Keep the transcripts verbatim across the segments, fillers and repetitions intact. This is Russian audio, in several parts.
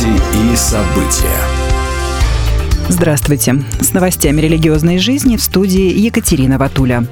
Новости и события. Здравствуйте. С новостями религиозной жизни в студии Екатерина Ватуля.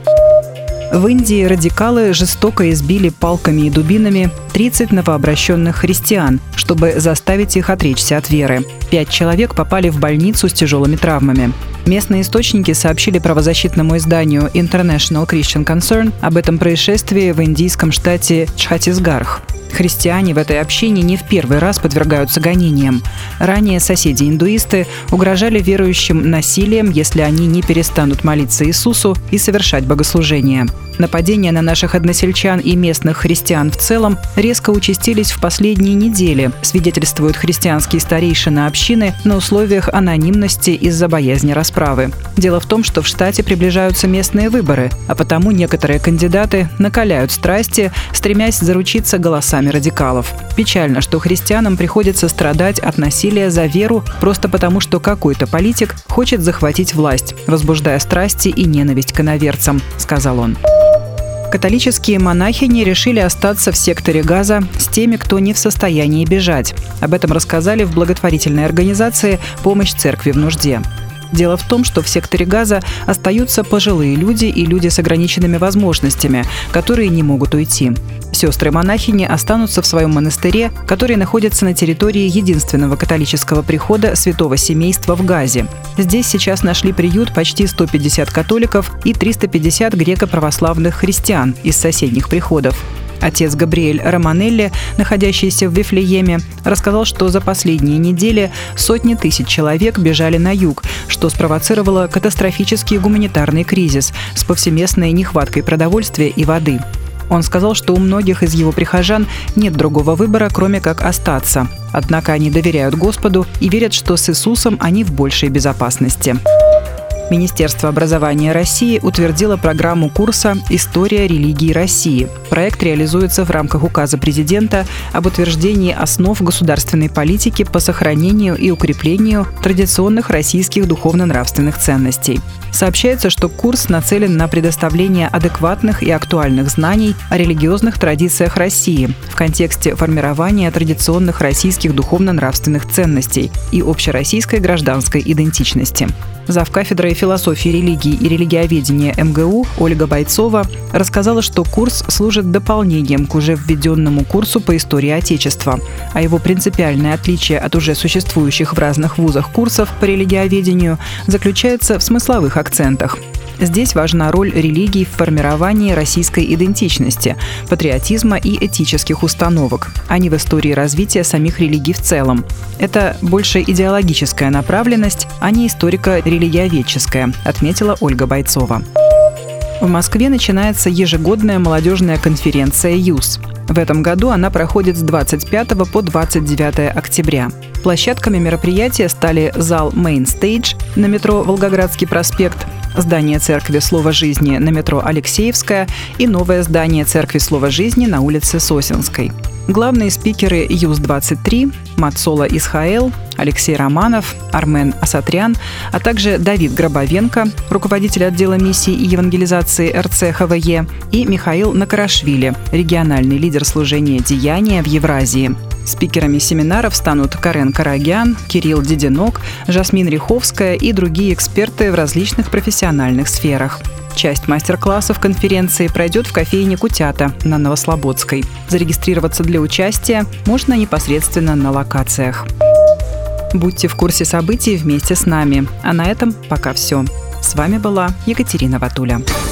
В Индии радикалы жестоко избили палками и дубинами тридцать новообращенных христиан, чтобы заставить их отречься от веры. Пять человек попали в больницу с тяжелыми травмами. Местные источники сообщили правозащитному изданию International Christian Concern об этом происшествии в индийском штате Чхаттисгарх. Христиане в этой общине не в первый раз подвергаются гонениям. Ранее соседи-индуисты угрожали верующим насилием, если они не перестанут молиться Иисусу и совершать богослужения. Нападения на наших односельчан и местных христиан в целом резко участились в последние недели, свидетельствуют христианские старейшины общины на условиях анонимности из-за боязни расправы. Дело в том, что в штате приближаются местные выборы, а потому некоторые кандидаты накаляют страсти, стремясь заручиться голосами радикалов. Печально, что христианам приходится страдать от насилия за веру просто потому, что какой-то политик хочет захватить власть, возбуждая страсти и ненависть к иноверцам, сказал он. Католические монахини решили остаться в секторе Газа с теми, кто не в состоянии бежать. Об этом рассказали в благотворительной организации «Помощь церкви в нужде». Дело в том, что в секторе Газа остаются пожилые люди и люди с ограниченными возможностями, которые не могут уйти. Сестры-монахини останутся в своем монастыре, который находится на территории единственного католического прихода Святого Семейства в Газе. Здесь сейчас нашли приют почти сто пятьдесят католиков и триста пятьдесят греко-православных христиан из соседних приходов. Отец Габриэль Романелли, находящийся в Вифлееме, рассказал, что за последние недели сотни тысяч человек бежали на юг, что спровоцировало катастрофический гуманитарный кризис с повсеместной нехваткой продовольствия и воды. Он сказал, что у многих из его прихожан нет другого выбора, кроме как остаться. Однако они доверяют Господу и верят, что с Иисусом они в большей безопасности. Министерство образования России утвердило программу курса «История религии России». Проект реализуется в рамках указа президента об утверждении основ государственной политики по сохранению и укреплению традиционных российских духовно-нравственных ценностей. Сообщается, что курс нацелен на предоставление адекватных и актуальных знаний о религиозных традициях России в контексте формирования традиционных российских духовно-нравственных ценностей и общероссийской гражданской идентичности. Завкафедрой философии религии и религиоведения эм гэ у Ольга Бойцова рассказала, что курс служит дополнением к уже введенному курсу по истории Отечества, а его принципиальное отличие от уже существующих в разных вузах курсов по религиоведению заключается в смысловых акцентах. Здесь важна роль религий в формировании российской идентичности, патриотизма и этических установок, а не в истории развития самих религий в целом. Это больше идеологическая направленность, а не историко-религиоведческая, отметила Ольга Бойцова. В Москве начинается ежегодная молодежная конференция «ЮС». В этом году она проходит с двадцать пятого по двадцать девятое октября. Площадками мероприятия стали зал Main Stage на метро Волгоградский проспект, здание Церкви Слова Жизни на метро Алексеевская и новое здание Церкви Слова Жизни на улице Сосенской. Главные спикеры ЮС двадцать три – Мацола Исхаэл, Алексей Романов, Армен Асатрян, а также Давид Гробовенко, руководитель отдела миссии и евангелизации эр цэ ха вэ е, и Михаил Накарашвили, региональный лидер служения «Деяния» в Евразии. Спикерами семинаров станут Карен Карагян, Кирилл Дединок, Жасмин Риховская и другие эксперты в различных профессиональных сферах. Часть мастер-классов конференции пройдет в кофейне «Кутята» на Новослободской. Зарегистрироваться для участия можно непосредственно на локациях. Будьте в курсе событий вместе с нами. А на этом пока все. С вами была Екатерина Ватуля.